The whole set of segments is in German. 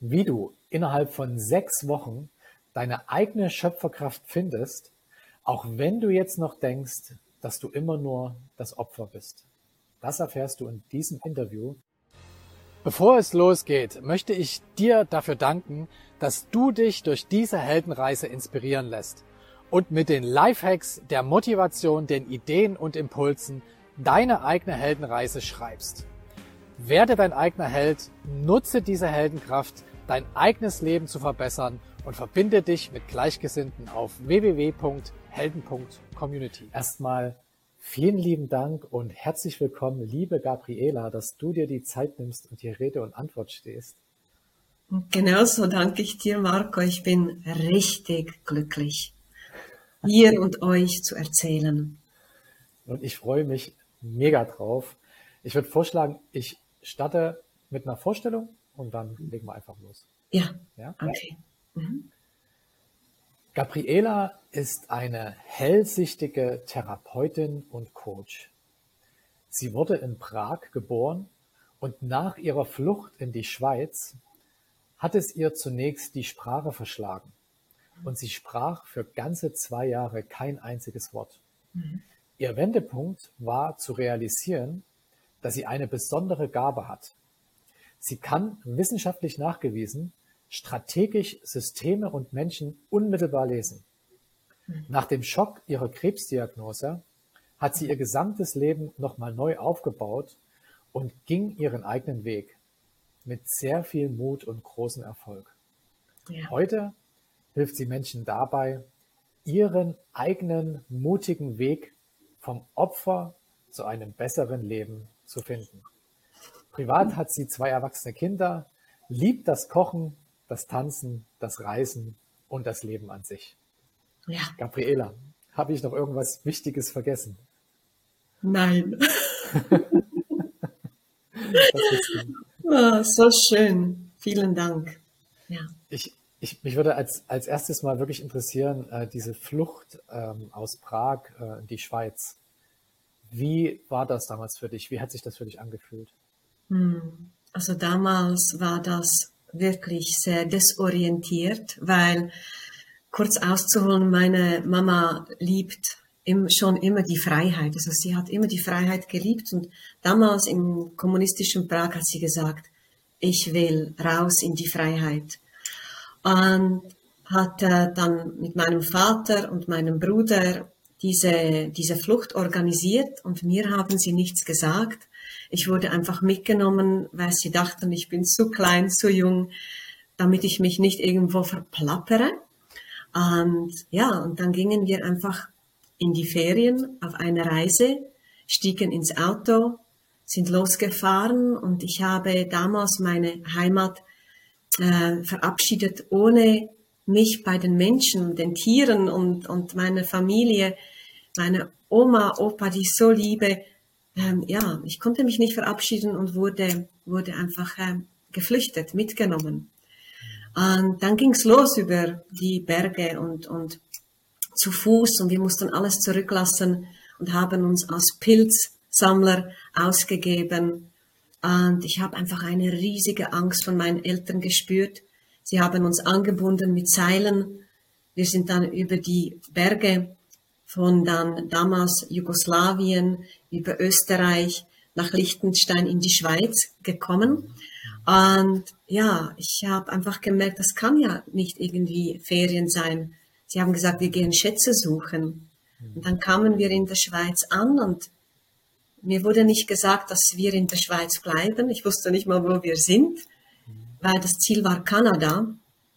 wie du innerhalb von 6 Wochen deine eigene Schöpferkraft findest, auch wenn du jetzt noch denkst, dass du immer nur das Opfer bist. Das erfährst du in diesem Interview. Bevor es losgeht, möchte ich dir dafür danken, dass du dich durch diese Heldenreise inspirieren lässt und mit den Lifehacks, der Motivation, den Ideen und Impulsen deine eigene Heldenreise schreibst. Werde dein eigener Held, nutze diese Heldenkraft, dein eigenes Leben zu verbessern und verbinde dich mit Gleichgesinnten auf www.helden.community. Erstmal vielen lieben Dank und herzlich willkommen, liebe Gabriela, dass du dir die Zeit nimmst und hier Rede und Antwort stehst. Genauso danke ich dir, Marco. Ich bin richtig glücklich, dir und euch zu erzählen. Und ich freue mich mega drauf. Ich würde vorschlagen, ich starte mit einer Vorstellung und dann legen wir einfach los. Ja, Ja? okay. Gabriela ist eine hellsichtige Therapeutin und Coach. Sie wurde in Prag geboren und nach ihrer Flucht in die Schweiz hat es ihr zunächst die Sprache verschlagen und sie sprach für ganze 2 Jahre kein einziges Wort. Ihr Wendepunkt war zu realisieren, dass sie eine besondere Gabe hat. Sie kann wissenschaftlich nachgewiesen strategisch Systeme und Menschen unmittelbar lesen. Nach dem Schock ihrer Krebsdiagnose hat sie ihr gesamtes Leben nochmal neu aufgebaut und ging ihren eigenen Weg mit sehr viel Mut und großem Erfolg. Ja. Heute hilft sie Menschen dabei, ihren eigenen mutigen Weg vom Opfer zu einem besseren Leben zu finden. Privat hat sie 2 erwachsene Kinder, liebt das Kochen, das Tanzen, das Reisen und das Leben an sich. Ja. Gabriela, habe ich noch irgendwas Wichtiges vergessen? Nein. Das ist gut. So schön. Vielen Dank. Ja. Mich würde als erstes mal wirklich interessieren, diese Flucht aus Prag in die Schweiz. Wie war das damals für dich? Wie hat sich das für dich angefühlt? Also damals war das wirklich sehr desorientiert, weil, kurz auszuholen, meine Mama liebt schon immer die Freiheit. Also sie hat immer die Freiheit geliebt und damals im kommunistischen Prag hat sie gesagt, ich will raus in die Freiheit. Und hat dann mit meinem Vater und meinem Bruder diese Flucht organisiert und mir haben sie nichts gesagt. Ich wurde einfach mitgenommen, weil sie dachten, ich bin zu klein, zu jung, damit ich mich nicht irgendwo verplappere. Und ja, und dann gingen wir einfach in die Ferien auf eine Reise, stiegen ins Auto, sind losgefahren und ich habe damals meine Heimat verabschiedet, ohne mich bei den Menschen, den Tieren und meiner Familie, meine Oma, Opa, die ich so liebe, ja, ich konnte mich nicht verabschieden und wurde einfach geflüchtet, mitgenommen. Und dann ging's los über die Berge und zu Fuß und wir mussten alles zurücklassen und haben uns als Pilzsammler ausgegeben. Und ich habe einfach eine riesige Angst von meinen Eltern gespürt. Sie haben uns angebunden mit Seilen. Wir sind dann über die Berge von dann damals Jugoslawien über Österreich nach Liechtenstein in die Schweiz gekommen. Und ja, ich habe einfach gemerkt, das kann ja nicht irgendwie Ferien sein. Sie haben gesagt, wir gehen Schätze suchen. Und dann kamen wir in der Schweiz an und mir wurde nicht gesagt, dass wir in der Schweiz bleiben. Ich wusste nicht mal, wo wir sind, weil das Ziel war Kanada.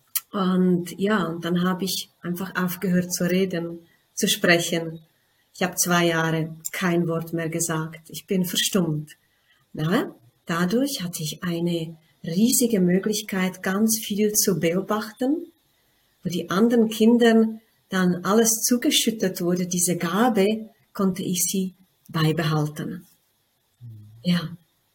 Und ja, und dann habe ich einfach aufgehört zu reden, zu sprechen. Ich habe 2 Jahre kein Wort mehr gesagt. Ich bin verstummt. Na, dadurch hatte ich eine riesige Möglichkeit, ganz viel zu beobachten, wo die anderen Kindern dann alles zugeschüttet wurde. Diese Gabe konnte ich sie beibehalten. Ja.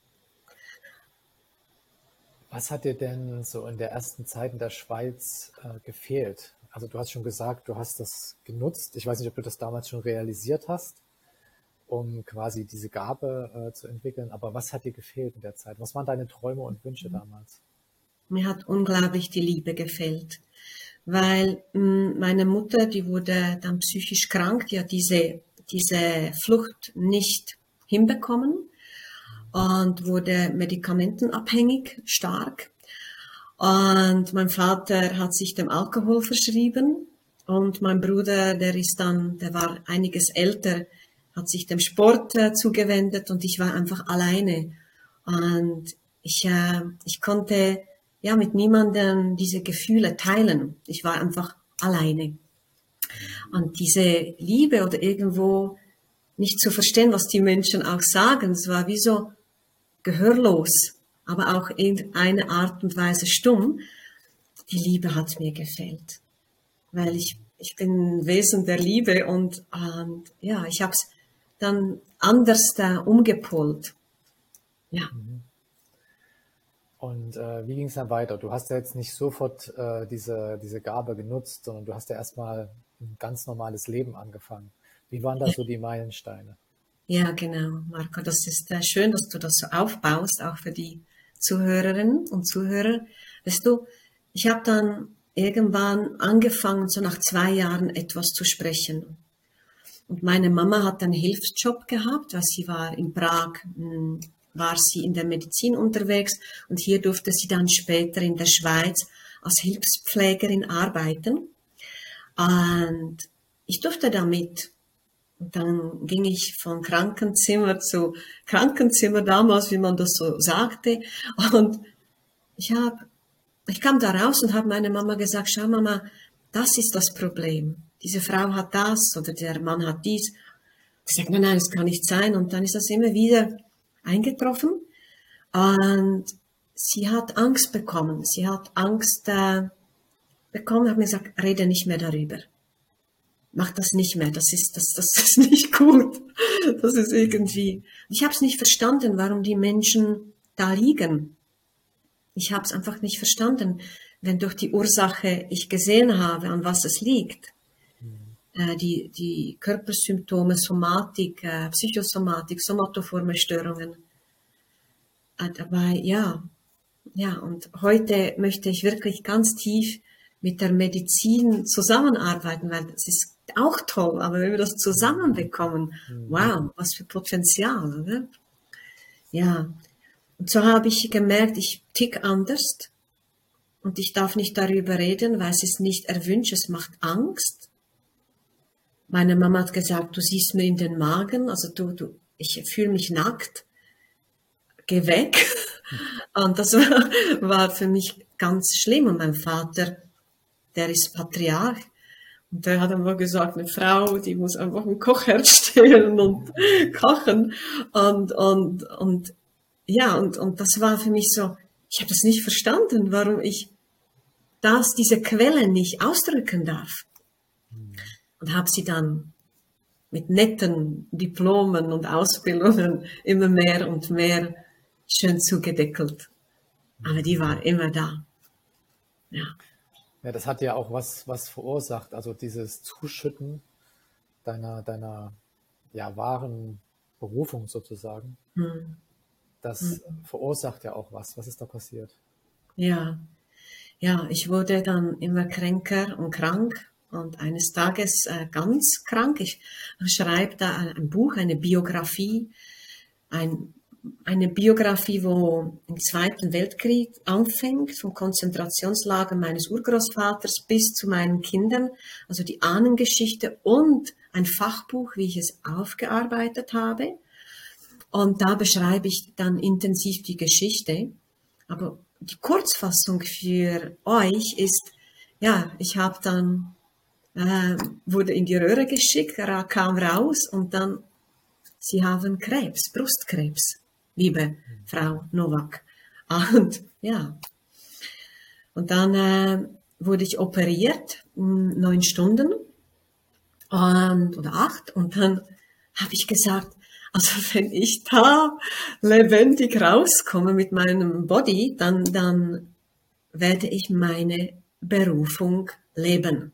Was hat dir denn so in der ersten Zeit in der Schweiz gefehlt? Also du hast schon gesagt, du hast das genutzt. Ich weiß nicht, ob du das damals schon realisiert hast, um quasi diese Gabe zu entwickeln. Aber was hat dir gefehlt in der Zeit? Was waren deine Träume und Wünsche damals? Mir hat unglaublich die Liebe gefehlt, weil meine Mutter, die wurde dann psychisch krank, die hat diese Flucht nicht hinbekommen und wurde medikamentenabhängig, stark. Und mein Vater hat sich dem Alkohol verschrieben und mein Bruder, der war einiges älter, hat sich dem Sport zugewendet und ich war einfach alleine. Und ich konnte ja mit niemandem diese Gefühle teilen. Ich war einfach alleine. Und diese Liebe oder irgendwo nicht zu verstehen, was die Menschen auch sagen, es war wie so gehörlos, aber auch in einer Art und Weise stumm. Die Liebe hat mir gefehlt, weil ich bin ein Wesen der Liebe und ja, ich habe es dann anders umgepolt. Ja. Und wie ging es dann weiter? Du hast ja jetzt nicht sofort diese Gabe genutzt, sondern du hast ja erstmal ein ganz normales Leben angefangen. Wie waren da so die Meilensteine? Ja, genau, Marco, das ist schön, dass du das so aufbaust, auch für die Zuhörerinnen und Zuhörer. Weißt du, ich habe dann irgendwann angefangen, so nach 2 Jahren etwas zu sprechen. Und meine Mama hat einen Hilfsjob gehabt, weil sie war in Prag, war sie in der Medizin unterwegs und hier durfte sie dann später in der Schweiz als Hilfspflegerin arbeiten. Und ich durfte da mit. Und dann ging ich von Krankenzimmer zu Krankenzimmer damals, wie man das so sagte. Und ich kam da raus und habe meiner Mama gesagt, schau Mama, das ist das Problem. Diese Frau hat das oder der Mann hat dies. Ich sage, nein, das kann nicht sein. Und dann ist das immer wieder eingetroffen. Und sie hat Angst bekommen. Sie hat Angst bekommen, hat mir gesagt, rede nicht mehr darüber. Mach das nicht mehr, das ist nicht gut. Das ist irgendwie. Ich habe es nicht verstanden, warum die Menschen da liegen. Ich habe es einfach nicht verstanden, wenn durch die Ursache ich gesehen habe, an was es liegt. Die Körpersymptome, Somatik, Psychosomatik, somatoforme Störungen. Dabei, ja, und heute möchte ich wirklich ganz tief mit der Medizin zusammenarbeiten, weil das ist auch toll, aber wenn wir das zusammenbekommen, wow, was für Potenzial, oder? Ja, und so habe ich gemerkt, ich tick anders und ich darf nicht darüber reden, weil es ist nicht erwünscht, es macht Angst. Meine Mama hat gesagt, du siehst mir in den Magen, also ich fühle mich nackt, geh weg. Und das war für mich ganz schlimm. Und mein Vater, der ist Patriarch. Und der hat einfach gesagt, eine Frau, die muss einfach ein Kochherd stehen und kochen. Und das war für mich so, ich habe das nicht verstanden, warum ich diese Quelle nicht ausdrücken darf. Und habe sie dann mit netten Diplomen und Ausbildungen immer mehr und mehr schön zugedeckelt. Aber die war immer da. Ja. Ja, das hat ja auch was verursacht, also dieses Zuschütten deiner ja, wahren Berufung sozusagen. Das verursacht ja auch was. Was ist da passiert? Ja, ich wurde dann immer kränker und krank und eines Tages ganz krank. Ich schreibe da ein Buch, eine Biografie, eine Biografie, wo im Zweiten Weltkrieg anfängt, vom Konzentrationslager meines Urgroßvaters bis zu meinen Kindern, also die Ahnengeschichte und ein Fachbuch, wie ich es aufgearbeitet habe. Und da beschreibe ich dann intensiv die Geschichte. Aber die Kurzfassung für euch ist, ja, ich habe dann, wurde in die Röhre geschickt, kam raus und dann, Sie haben Krebs, Brustkrebs, liebe Frau Nowak. Und ja, und dann wurde ich operiert, 9 Stunden oder 8. Und dann habe ich gesagt, also wenn ich da lebendig rauskomme mit meinem Body, dann werde ich meine Berufung leben.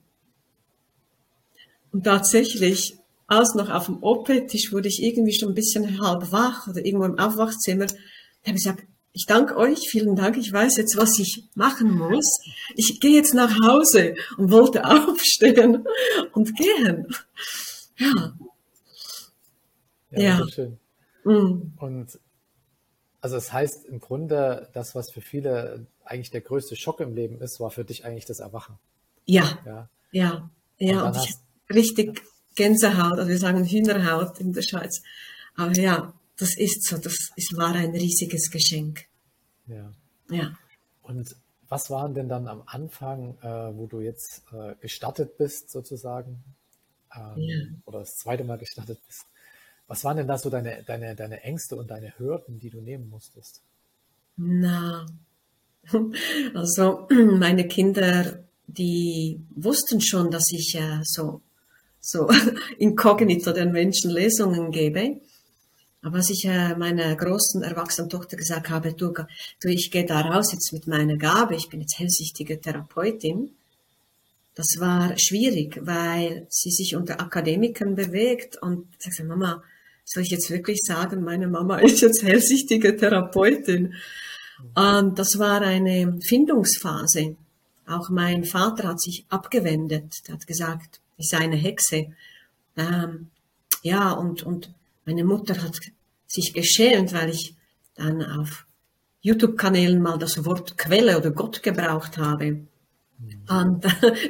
Und tatsächlich, als noch auf dem OP-Tisch wurde ich irgendwie schon ein bisschen halb wach oder irgendwo im Aufwachzimmer. Da habe ich gesagt, ich danke euch, vielen Dank. Ich weiß jetzt, was ich machen muss. Ich gehe jetzt nach Hause und wollte aufstehen und gehen. Ja, Ja, ja, wunderschön. mm, Und also es heißt im Grunde, das, was für viele eigentlich der größte Schock im Leben ist, war für dich eigentlich das Erwachen. ja, Ja. ja, Und ja. Und dann ich hast, richtig Gänsehaut, also wir sagen Hühnerhaut in der Schweiz. Aber ja, das ist so, war ein riesiges Geschenk. ja. Ja, Und was waren denn dann am Anfang, wo du jetzt gestartet bist sozusagen, ja. oder das zweite Mal gestartet bist? Was waren denn da so deine Ängste und deine Hürden, die du nehmen musstest? Na, also meine Kinder, die wussten schon, dass ich so inkognito den Menschen Lesungen gebe. Aber als ich meiner großen erwachsenen Tochter gesagt habe, du, ich gehe da raus jetzt mit meiner Gabe, ich bin jetzt hellsichtige Therapeutin, das war schwierig, weil sie sich unter Akademikern bewegt und sagte, Mama, soll ich jetzt wirklich sagen, meine Mama ist jetzt hellsichtige Therapeutin? Und das war eine Findungsphase. Auch mein Vater hat sich abgewendet, er hat gesagt, ich sei eine Hexe. Ja, und meine Mutter hat sich geschämt, weil ich dann auf YouTube-Kanälen mal das Wort Quelle oder Gott gebraucht habe. Und,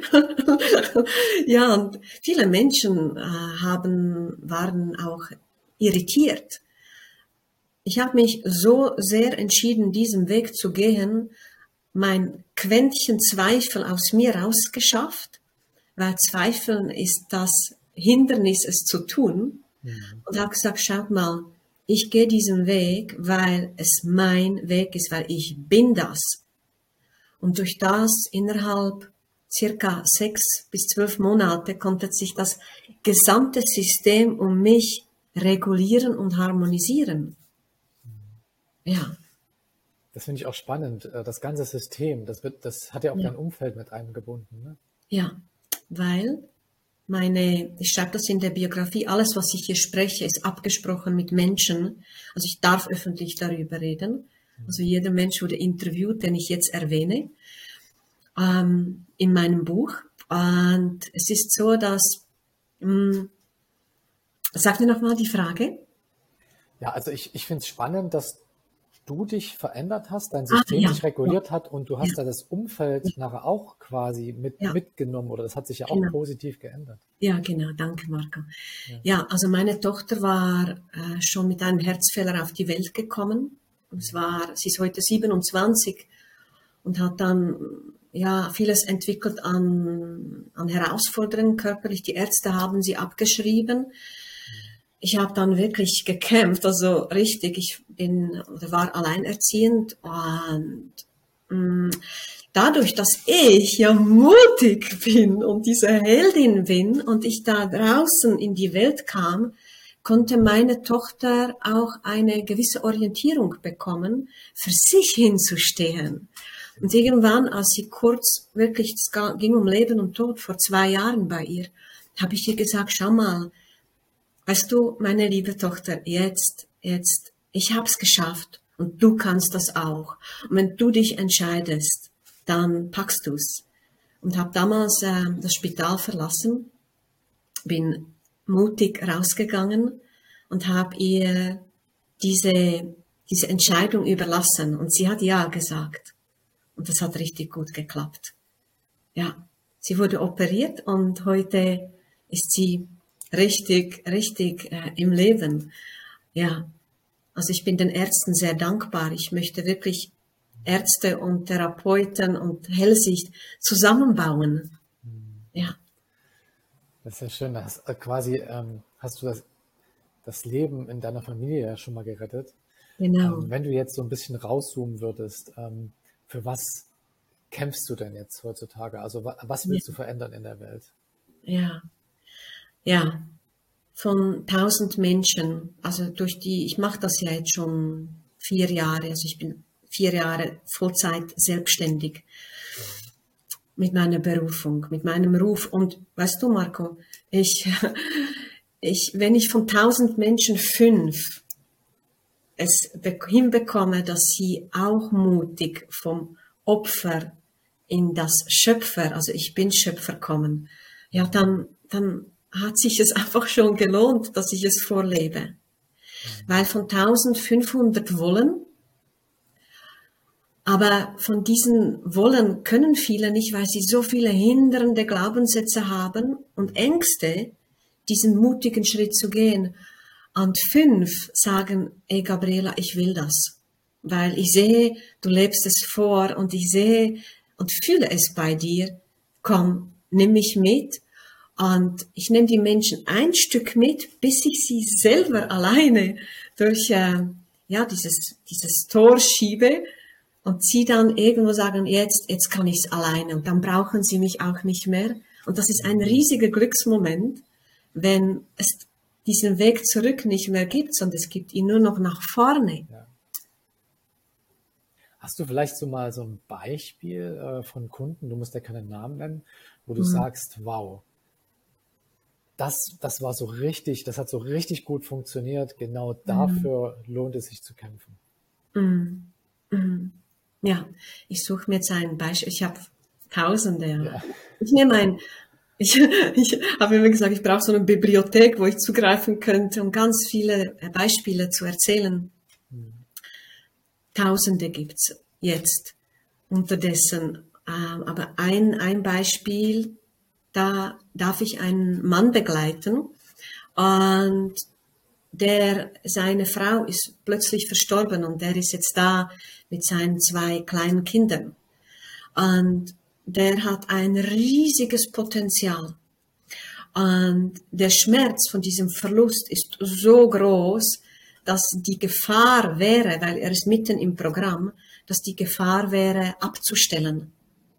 ja, und viele Menschen waren auch irritiert. Ich habe mich so sehr entschieden, diesen Weg zu gehen, mein Quäntchen Zweifel aus mir rausgeschafft, weil Zweifeln ist das Hindernis, es zu tun. Und habe gesagt, schaut mal, ich gehe diesen Weg, weil es mein Weg ist, weil ich bin das. Und durch das innerhalb circa 6 bis 12 Monate konnte sich das gesamte System um mich regulieren und harmonisieren. Ja, Das finde ich auch spannend. Das ganze System, das hat ja auch ja, dein Umfeld mit eingebunden. Ne? ja, weil ich schreibe das in der Biografie, alles, was ich hier spreche, ist abgesprochen mit Menschen. Also ich darf öffentlich darüber reden. Also jeder Mensch wurde interviewt, den ich jetzt erwähne, in meinem Buch. Und es ist so, dass, sag mir nochmal die Frage. Ja, also ich finde es spannend, dass du dich verändert hast, dein Ah, System ja, sich ja, reguliert hat und du ja, hast da das Umfeld nachher auch quasi ja, mitgenommen oder das hat sich ja auch genau. positiv geändert. Ja, genau, danke, Marco. Ja. Ja, also meine Tochter war schon mit einem Herzfehler auf die Welt gekommen. Sie ist heute 27 und hat dann ja vieles entwickelt an Herausforderungen körperlich. Die Ärzte haben sie abgeschrieben. Ich habe dann wirklich gekämpft, also richtig. War alleinerziehend und dadurch, dass ich ja mutig bin und diese Heldin bin und ich da draußen in die Welt kam, konnte meine Tochter auch eine gewisse Orientierung bekommen, für sich hinzustehen. Und irgendwann, als sie kurz wirklich, es ging um Leben und Tod vor 2 Jahren bei ihr, habe ich ihr gesagt, schau mal, weißt du, meine liebe Tochter, jetzt, ich hab's geschafft und du kannst das auch. Und wenn du dich entscheidest, dann packst du's. Und habe damals das Spital verlassen, bin mutig rausgegangen und habe ihr diese Entscheidung überlassen. Und sie hat ja gesagt. Und das hat richtig gut geklappt. Ja, sie wurde operiert und heute ist sie richtig im Leben. Ja, also ich bin den Ärzten sehr dankbar. Ich möchte wirklich Ärzte und Therapeuten und Hellsicht zusammenbauen. Ja, Das ist ja schön. Hast du das Leben in deiner Familie ja schon mal gerettet. genau. Wenn du jetzt so ein bisschen rauszoomen würdest, für was kämpfst du denn jetzt heutzutage? Also was Ja, willst du verändern in der Welt? ja, ja. Von 1000 Menschen, also ich mache das ja jetzt schon 4 Jahre, also ich bin 4 Jahre Vollzeit selbstständig mit meiner Berufung, mit meinem Ruf. Und weißt du, Marco, wenn ich von 1000 Menschen 5 es hinbekomme, dass sie auch mutig vom Opfer in das Schöpfer, also ich bin Schöpfer kommen, ja, dann hat sich es einfach schon gelohnt, dass ich es vorlebe. Weil von 1500 Wollen, aber von diesen Wollen können viele nicht, weil sie so viele hindernde Glaubenssätze haben und Ängste, diesen mutigen Schritt zu gehen. Und 5 sagen, ey Gabriela, ich will das. Weil ich sehe, du lebst es vor und ich sehe und fühle es bei dir. Komm, nimm mich mit. Und ich nehme die Menschen ein Stück mit, bis ich sie selber alleine durch dieses Tor schiebe und sie dann irgendwo sagen, jetzt kann ich es alleine und dann brauchen sie mich auch nicht mehr. Und das ist ein riesiger Glücksmoment, wenn es diesen Weg zurück nicht mehr gibt, sondern es gibt ihn nur noch nach vorne. Ja. Hast du vielleicht so mal so ein Beispiel von Kunden, du musst ja keinen Namen nennen, wo du sagst, wow, das war so richtig, das hat so richtig gut funktioniert, genau dafür lohnt es sich zu kämpfen. Ja, ich suche mir jetzt ein Beispiel. Ich habe Tausende. Ja. Ich habe immer gesagt, ich brauche so eine Bibliothek, wo ich zugreifen könnte, um ganz viele Beispiele zu erzählen. Tausende gibt's jetzt unterdessen. Aber ein Beispiel, da darf ich einen Mann begleiten und seine Frau ist plötzlich verstorben und der ist jetzt da mit seinen 2 kleinen Kindern. Und der hat ein riesiges Potenzial. Und der Schmerz von diesem Verlust ist so groß, dass die Gefahr wäre, weil er ist mitten im Programm, dass die Gefahr wäre, abzustellen.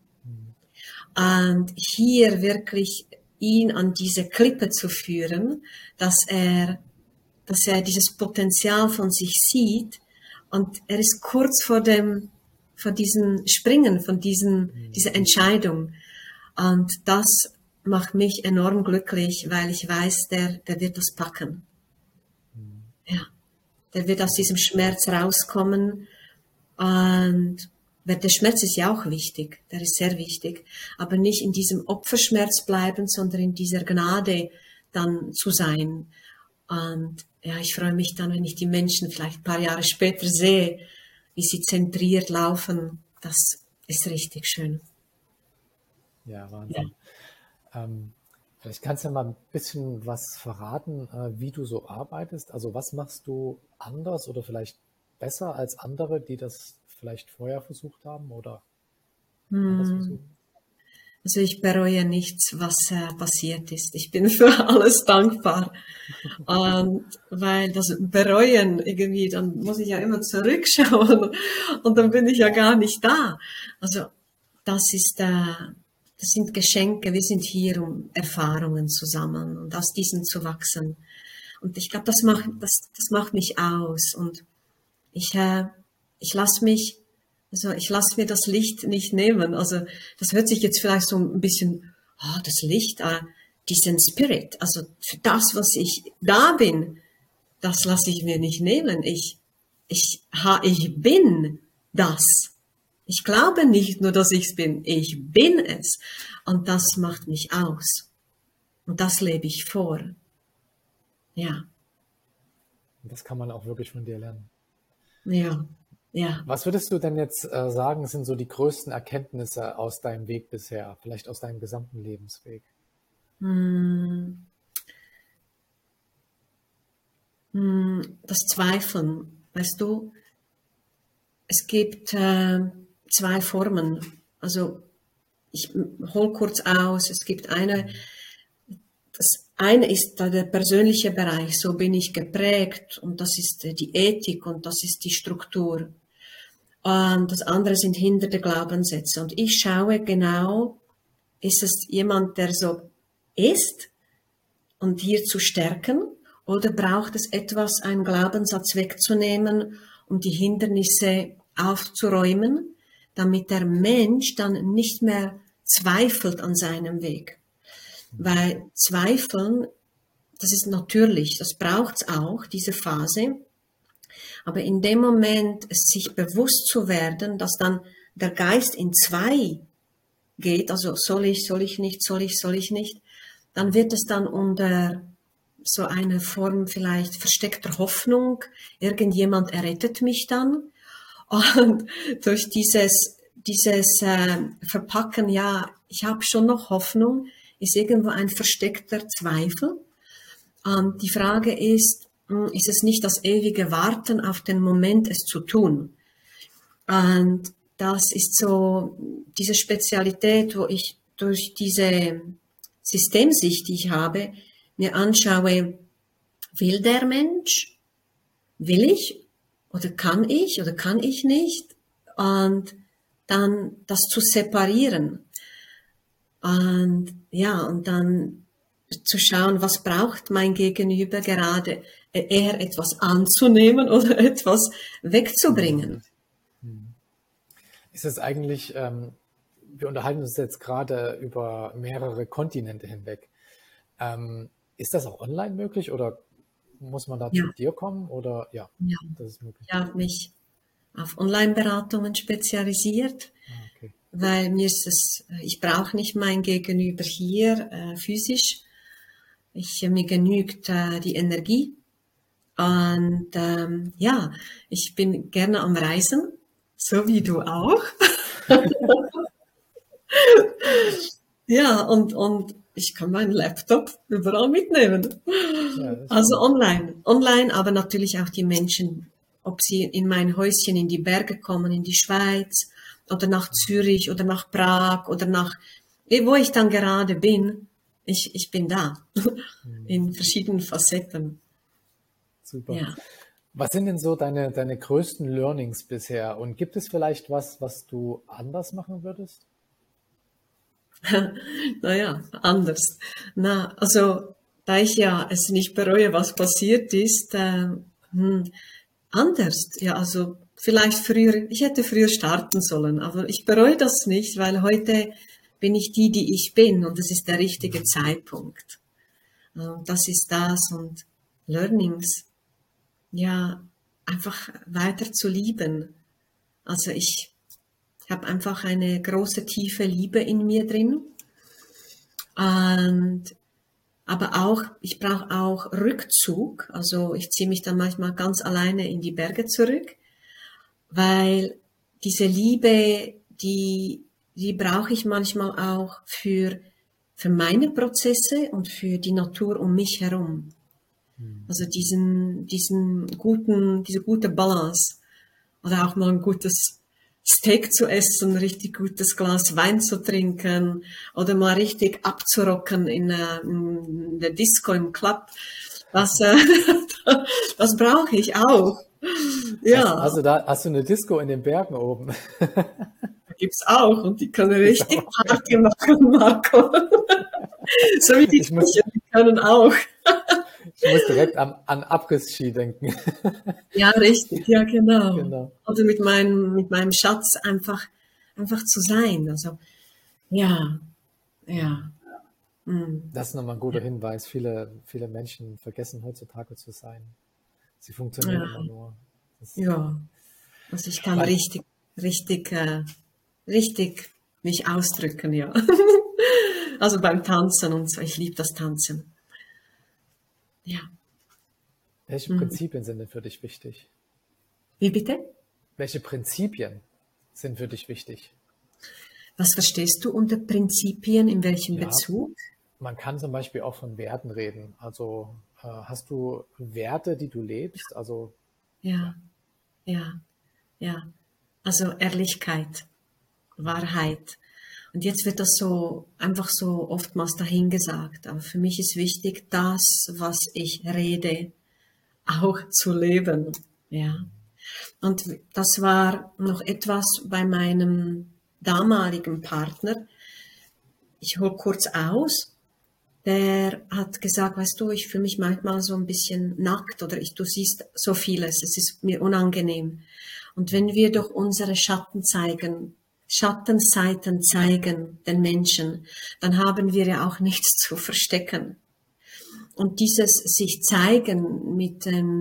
Und hier wirklich ihn an diese Klippe zu führen, dass er dieses Potenzial von sich sieht und er ist kurz vor diesem Springen, dieser Entscheidung. Und das macht mich enorm glücklich, weil ich weiß, der wird das packen. Ja, der wird aus diesem Schmerz rauskommen und der Schmerz ist ja auch wichtig, der ist sehr wichtig, aber nicht in diesem Opferschmerz bleiben, sondern in dieser Gnade dann zu sein. Und ja, ich freue mich dann, wenn ich die Menschen vielleicht ein paar Jahre später sehe, wie sie zentriert laufen. Das ist richtig schön. Ja, Wahnsinn. Ja. Vielleicht kannst du mal ein bisschen was verraten, wie du so arbeitest. Also was machst du anders oder vielleicht besser als andere, die das vielleicht vorher versucht haben oder anders versuchen? Also ich bereue nichts, was passiert ist. Ich bin für alles dankbar. Und weil das Bereuen irgendwie, dann muss ich ja immer zurückschauen und dann bin ich ja gar nicht da. Also das sind Geschenke. Wir sind hier, um Erfahrungen zu sammeln und aus diesen zu wachsen. Und ich glaube, das macht mich aus. Und ich lasse mir das Licht nicht nehmen. Also das hört sich jetzt vielleicht so ein bisschen, das Licht, diesen Spirit, also für das, was ich da bin, das lasse ich mir nicht nehmen. Ich bin das. Ich glaube nicht nur, dass ich es bin, ich bin es. Und das macht mich aus. Und das lebe ich vor. Ja. Und das kann man auch wirklich von dir lernen. Ja. Ja. Was würdest du denn jetzt sagen, sind so die größten Erkenntnisse aus deinem Weg bisher, vielleicht aus deinem gesamten Lebensweg? Das Zweifeln, weißt du, es gibt 2 Formen. Also ich hole kurz aus, es gibt das eine ist der persönliche Bereich, so bin ich geprägt und das ist die Ethik und das ist die Struktur. Und das andere sind hinderte Glaubenssätze. Und ich schaue genau, ist es jemand, der so ist und hier zu stärken oder braucht es etwas, einen Glaubenssatz wegzunehmen, um die Hindernisse aufzuräumen, damit der Mensch dann nicht mehr zweifelt an seinem Weg. Weil Zweifeln, das ist natürlich, das braucht es auch, diese Phase. Aber in dem Moment, es sich bewusst zu werden, dass dann der Geist in zwei geht, also soll ich nicht, soll ich nicht, dann wird es dann unter so eine Form vielleicht versteckter Hoffnung, irgendjemand errettet mich dann. Und durch dieses Verpacken, ja, ich habe schon noch Hoffnung, ist irgendwo ein versteckter Zweifel. Die Frage ist es nicht das ewige Warten auf den Moment, es zu tun? Und das ist so diese Spezialität, wo ich durch diese Systemsicht, die ich habe, mir anschaue, will der Mensch, will ich oder kann ich nicht? Und dann das zu separieren. Und ja, und dann zu schauen, was braucht mein Gegenüber gerade, eher etwas anzunehmen oder etwas wegzubringen. Ist es eigentlich, wir unterhalten uns jetzt gerade über mehrere Kontinente hinweg. Ist das auch online möglich oder muss man da Ja, zu dir kommen? Oder ja, ja. das ist möglich. Ich habe mich auf Online-Beratungen spezialisiert, Okay. weil ich brauche nicht mein Gegenüber hier physisch. Mir genügt die Energie. Und ja, ich bin gerne am Reisen, so wie du auch. Ja, und ich kann meinen Laptop überall mitnehmen. Ja, das ist Also gut. online, aber natürlich auch die Menschen, ob sie in mein Häuschen in die Berge kommen, in die Schweiz oder nach Zürich oder nach Prag oder wo ich dann gerade bin. Ich bin da in verschiedenen Facetten. Super. Ja. Was sind denn so deine größten Learnings bisher? Und gibt es vielleicht was du anders machen würdest? Naja, anders. Also, da ich ja es nicht bereue, was passiert ist, anders. Ja, also vielleicht früher, ich hätte früher starten sollen, aber ich bereue das nicht, weil heute bin ich die ich bin und das ist der richtige Zeitpunkt. Das ist das und Learnings, ja, einfach weiter zu lieben. Also ich habe einfach eine große, tiefe Liebe in mir drin. Und, aber auch, ich brauche auch Rückzug. Also ich ziehe mich dann manchmal ganz alleine in die Berge zurück, weil diese Liebe, die brauche ich manchmal auch für meine Prozesse und für die Natur um mich herum. Also diese gute Balance. Oder auch mal ein gutes Steak zu essen, richtig gutes Glas Wein zu trinken oder mal richtig abzurocken in der Disco, im Club. Das, das brauche ich auch. Ja, Hast du eine Disco in den Bergen oben? gibt's auch und die können Gibt's richtig auch. Party machen, Marco. So wie die Ich muss, Köche, die können auch. ich muss direkt an Abriss-Ski denken. Ja, richtig, ja, genau. Genau. Oder mit meinem Schatz einfach zu sein. Also, ja, ja. Mm. Das ist nochmal ein guter Hinweis. Viele Menschen vergessen heutzutage zu sein. Sie funktionieren immer Ja, nur. Das, ja. Also ich kann weil, richtig mich ausdrücken, ja. Also beim Tanzen und so. Ich liebe das Tanzen. Ja. welche Mhm. Prinzipien sind denn für dich wichtig? Wie bitte? Welche Prinzipien sind für dich wichtig? Was verstehst du unter Prinzipien? In welchem Ja, Bezug? man kann zum Beispiel auch von Werten reden. Also hast du Werte, die du lebst? Also ja. Ja, ja, ja. Also Ehrlichkeit, Wahrheit. Und jetzt wird das so einfach so oftmals dahingesagt. Aber für mich ist wichtig, das, was ich rede, auch zu leben. Ja. Und das war noch etwas bei meinem damaligen Partner. Ich hole kurz aus. Der hat gesagt, weißt du, ich fühle mich manchmal so ein bisschen nackt oder du siehst so vieles, es ist mir unangenehm. Und wenn wir doch unsere Schattenseiten zeigen den Menschen, dann haben wir ja auch nichts zu verstecken. Und dieses sich zeigen mit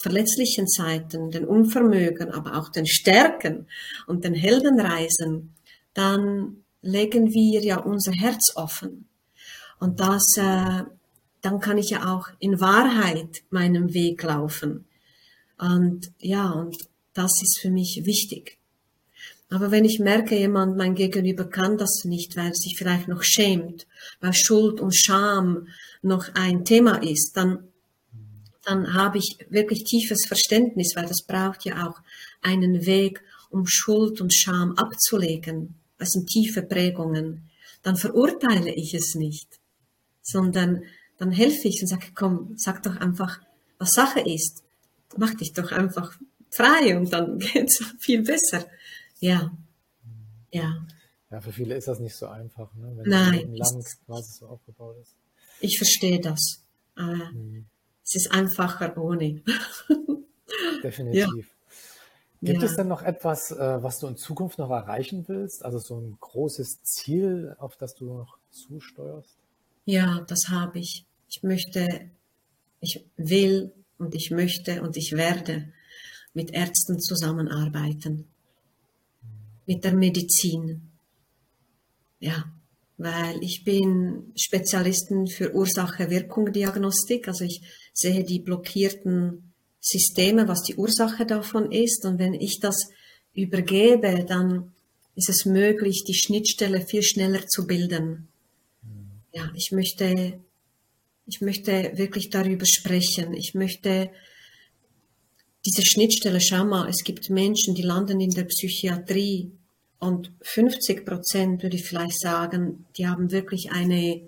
verletzlichen Zeiten, den Unvermögen, aber auch den Stärken und den Heldenreisen, dann legen wir ja unser Herz offen. Und dann kann ich ja auch in Wahrheit meinen Weg laufen. Und ja, und das ist für mich wichtig. Aber wenn ich merke, mein Gegenüber kann das nicht, weil er sich vielleicht noch schämt, weil Schuld und Scham noch ein Thema ist, dann habe ich wirklich tiefes Verständnis, weil das braucht ja auch einen Weg, um Schuld und Scham abzulegen. Das sind tiefe Prägungen. Dann verurteile ich es nicht, sondern dann helfe ich und sage, komm, sag doch einfach, was Sache ist. Mach dich doch einfach frei und dann geht's viel besser. Ja, ja. Ja, für viele ist das nicht so einfach, ne? Wenn das Nein, Leben lang quasi so aufgebaut ist. ich verstehe das. Es ist einfacher ohne. Ja, Definitiv. Gibt es ja, denn noch etwas, was du in Zukunft noch erreichen willst? Also so ein großes Ziel, auf das du noch zusteuerst? ja, das habe ich. Ich will und ich möchte und ich werde mit Ärzten zusammenarbeiten, mit der Medizin. Ja, weil ich bin Spezialistin für Ursache-Wirkung-Diagnostik. Also ich sehe die blockierten Systeme, was die Ursache davon ist. Und wenn ich das übergebe, dann ist es möglich, die Schnittstelle viel schneller zu bilden. Ja, ich möchte wirklich darüber sprechen. Ich möchte diese Schnittstelle, schau mal, es gibt Menschen, die landen in der Psychiatrie und 50%, würde ich vielleicht sagen, die haben wirklich eine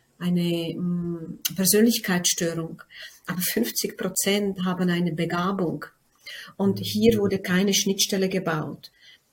Persönlichkeitsstörung. Aber 50% haben eine Begabung. Und hier wurde keine Schnittstelle gebaut.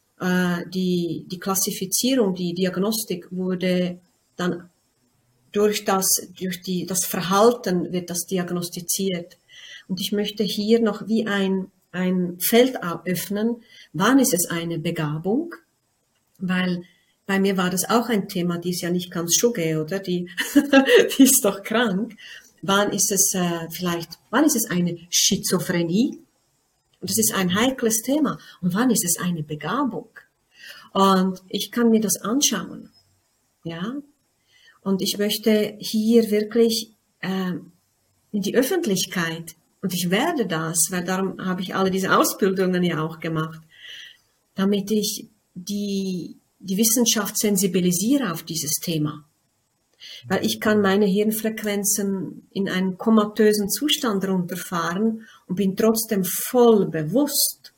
Die Klassifizierung, die Diagnostik wurde dann durch das Verhalten wird das diagnostiziert. Und ich möchte hier noch wie ein Feld öffnen. Wann ist es eine Begabung? Weil bei mir war das auch ein Thema, die ist ja nicht ganz Schugge, oder? Die ist doch krank. Wann ist es eine Schizophrenie? Und das ist ein heikles Thema. Und wann ist es eine Begabung? Und ich kann mir das anschauen. Ja? Und ich möchte hier wirklich in die Öffentlichkeit. Und ich werde das, weil darum habe ich alle diese Ausbildungen ja auch gemacht, damit ich die Wissenschaft sensibilisiere auf dieses Thema. Weil ich kann meine Hirnfrequenzen in einen komatösen Zustand runterfahren und bin trotzdem voll bewusst.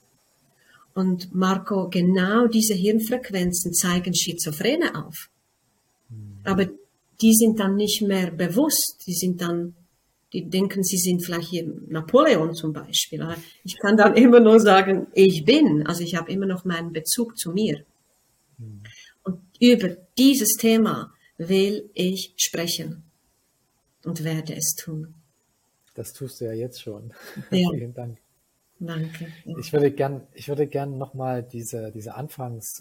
Und Marco, genau diese Hirnfrequenzen zeigen Schizophrene auf. Aber die sind dann nicht mehr bewusst, die denken, sie sind vielleicht hier Napoleon zum Beispiel. Aber ich kann dann immer nur sagen, ich bin, also ich habe immer noch meinen Bezug zu mir. Und über dieses Thema will ich sprechen und werde es tun. Das tust du ja jetzt schon. Ja. Vielen Dank. Danke. Ja. Ich würde gern nochmal diesen Anfangssatz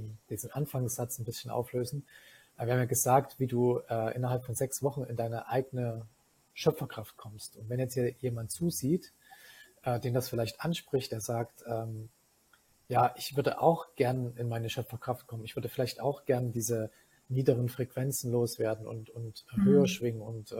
ein bisschen auflösen. Wir haben ja gesagt, wie du innerhalb von 6 Wochen in deine eigene Schöpferkraft kommst. Und wenn jetzt hier jemand zusieht, den das vielleicht anspricht, der sagt, ja, ich würde auch gern in meine Schöpferkraft kommen. Ich würde vielleicht auch gern diese niederen Frequenzen loswerden und höher schwingen. Und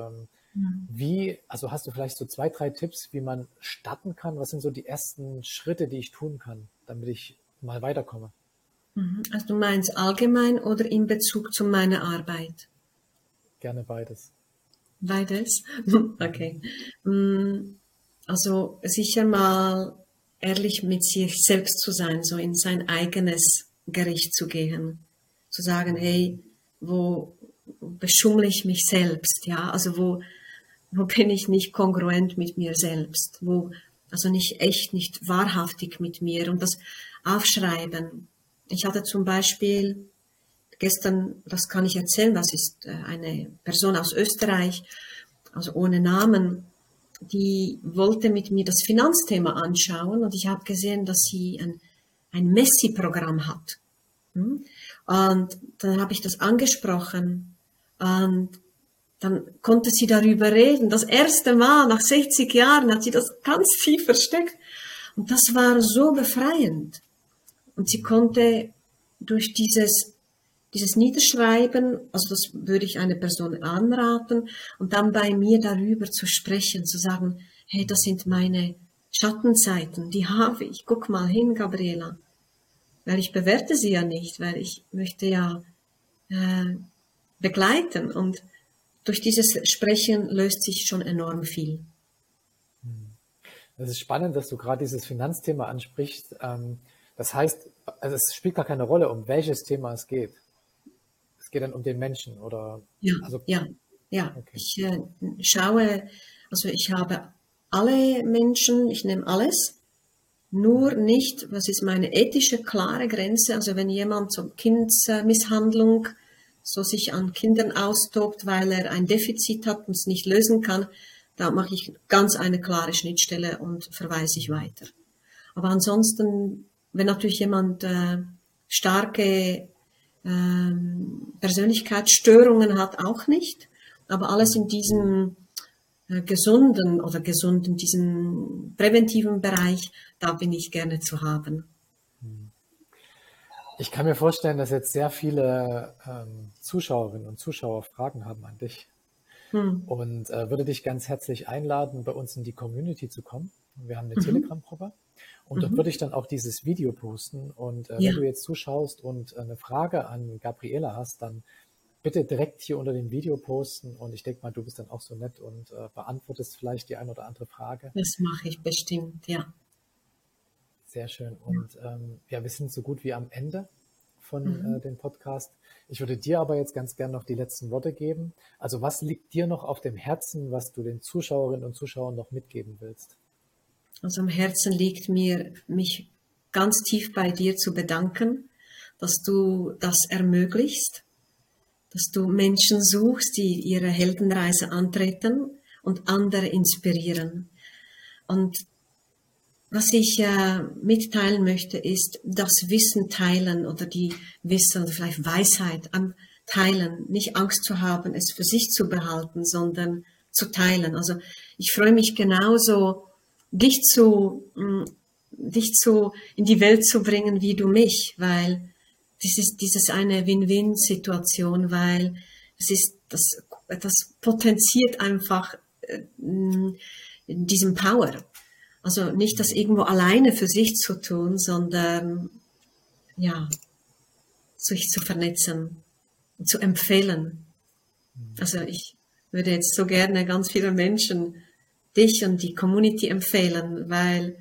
also hast du vielleicht so 2, 3 Tipps, wie man starten kann? Was sind so die ersten Schritte, die ich tun kann, damit ich mal weiterkomme? Also du meinst allgemein oder in Bezug zu meiner Arbeit? Gerne beides. Beides? Okay. Also sicher mal ehrlich mit sich selbst zu sein, so in sein eigenes Gericht zu gehen. Zu sagen, hey, wo beschummle ich mich selbst? Ja, also wo bin ich nicht kongruent mit mir selbst? Also nicht echt, nicht wahrhaftig mit mir? Und das aufschreiben. Ich hatte zum Beispiel gestern, das kann ich erzählen, das ist eine Person aus Österreich, also ohne Namen, die wollte mit mir das Finanzthema anschauen und ich habe gesehen, dass sie ein Messi-Programm hat. Und dann habe ich das angesprochen und dann konnte sie darüber reden. Das erste Mal nach 60 Jahren hat sie das ganz tief versteckt. Und das war so befreiend. Und sie konnte durch dieses Niederschreiben, also das würde ich einer Person anraten, und dann bei mir darüber zu sprechen, zu sagen, hey, das sind meine Schattenseiten, die habe ich. Guck mal hin, Gabriela. Weil ich bewerte sie ja nicht, weil ich möchte ja begleiten. Und durch dieses Sprechen löst sich schon enorm viel. Es ist spannend, dass du gerade dieses Finanzthema ansprichst. Das heißt, also es spielt gar keine Rolle, um welches Thema es geht. Es geht dann um den Menschen, oder? Ja, also, ja. okay. Ich schaue, also ich habe alle Menschen, ich nehme alles, nur nicht, was ist meine ethische, klare Grenze, also wenn jemand so Kindsmisshandlung so sich an Kindern austobt, weil er ein Defizit hat und es nicht lösen kann, da mache ich ganz eine klare Schnittstelle und verweise ich weiter. Aber ansonsten, wenn natürlich jemand starke Persönlichkeitsstörungen hat, auch nicht, aber alles in diesem diesem präventiven Bereich, da bin ich gerne zu haben. Ich kann mir vorstellen, dass jetzt sehr viele Zuschauerinnen und Zuschauer Fragen haben an dich und würde dich ganz herzlich einladen, bei uns in die Community zu kommen. Wir haben eine Telegram-Gruppe und dort würde ich dann auch dieses Video posten, und wenn du jetzt zuschaust und eine Frage an Gabriela hast, dann bitte direkt hier unter dem Video posten, und ich denke mal, du bist dann auch so nett und beantwortest vielleicht die ein oder andere Frage. Das mache ich bestimmt, ja. Sehr schön. Und ja, wir sind so gut wie am Ende von dem Podcast. Ich würde dir aber jetzt ganz gern noch die letzten Worte geben. Also was liegt dir noch auf dem Herzen, was du den Zuschauerinnen und Zuschauern noch mitgeben willst? Also am Herzen liegt mir, mich ganz tief bei dir zu bedanken, dass du das ermöglichst, dass du Menschen suchst, die ihre Heldenreise antreten und andere inspirieren. Und was ich mitteilen möchte, ist das Wissen teilen oder die Wissen oder vielleicht Weisheit teilen. Nicht Angst zu haben, es für sich zu behalten, sondern zu teilen. Also ich freue mich genauso, dich in die Welt zu bringen, wie du mich, weil dieses eine Win-Win-Situation, weil das potenziert einfach diesen Power. Also nicht das irgendwo alleine für sich zu tun, sondern ja, sich zu vernetzen, zu empfehlen. Also ich würde jetzt so gerne ganz viele Menschen dich und die Community empfehlen, weil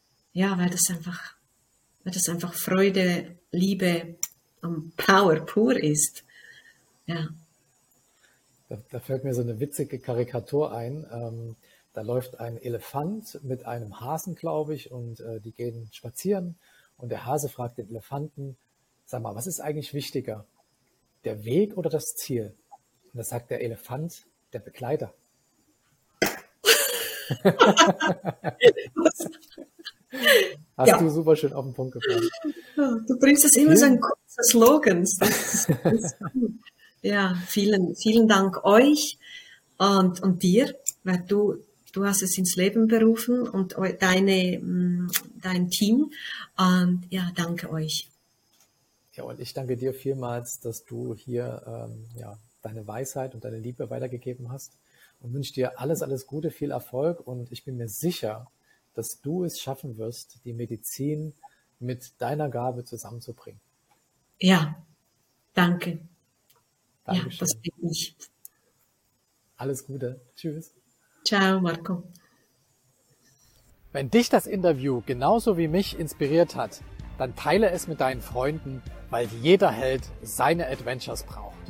das einfach Freude, Liebe und Power pur ist. Ja. Da fällt mir so eine witzige Karikatur ein. Da läuft ein Elefant mit einem Hasen, glaube ich, und die gehen spazieren. Und der Hase fragt den Elefanten, sag mal, was ist eigentlich wichtiger, der Weg oder das Ziel? Und da sagt der Elefant, der Begleiter. Hast du super schön auf den Punkt gebracht. Du bringst das immer so in kurze Slogans. Das ist gut. Ja, vielen Dank euch und dir, weil du hast es ins Leben berufen und dein Team. Und ja, danke euch. Ja, und ich danke dir vielmals, dass du hier deine Weisheit und deine Liebe weitergegeben hast, und wünsche dir alles, alles Gute, viel Erfolg, und ich bin mir sicher, dass du es schaffen wirst, die Medizin mit deiner Gabe zusammenzubringen. Ja, danke. Dankeschön. Ja, das bin ich. Alles Gute. Tschüss. Ciao, Marco. Wenn dich das Interview genauso wie mich inspiriert hat, dann teile es mit deinen Freunden, weil jeder Held seine Adventures braucht.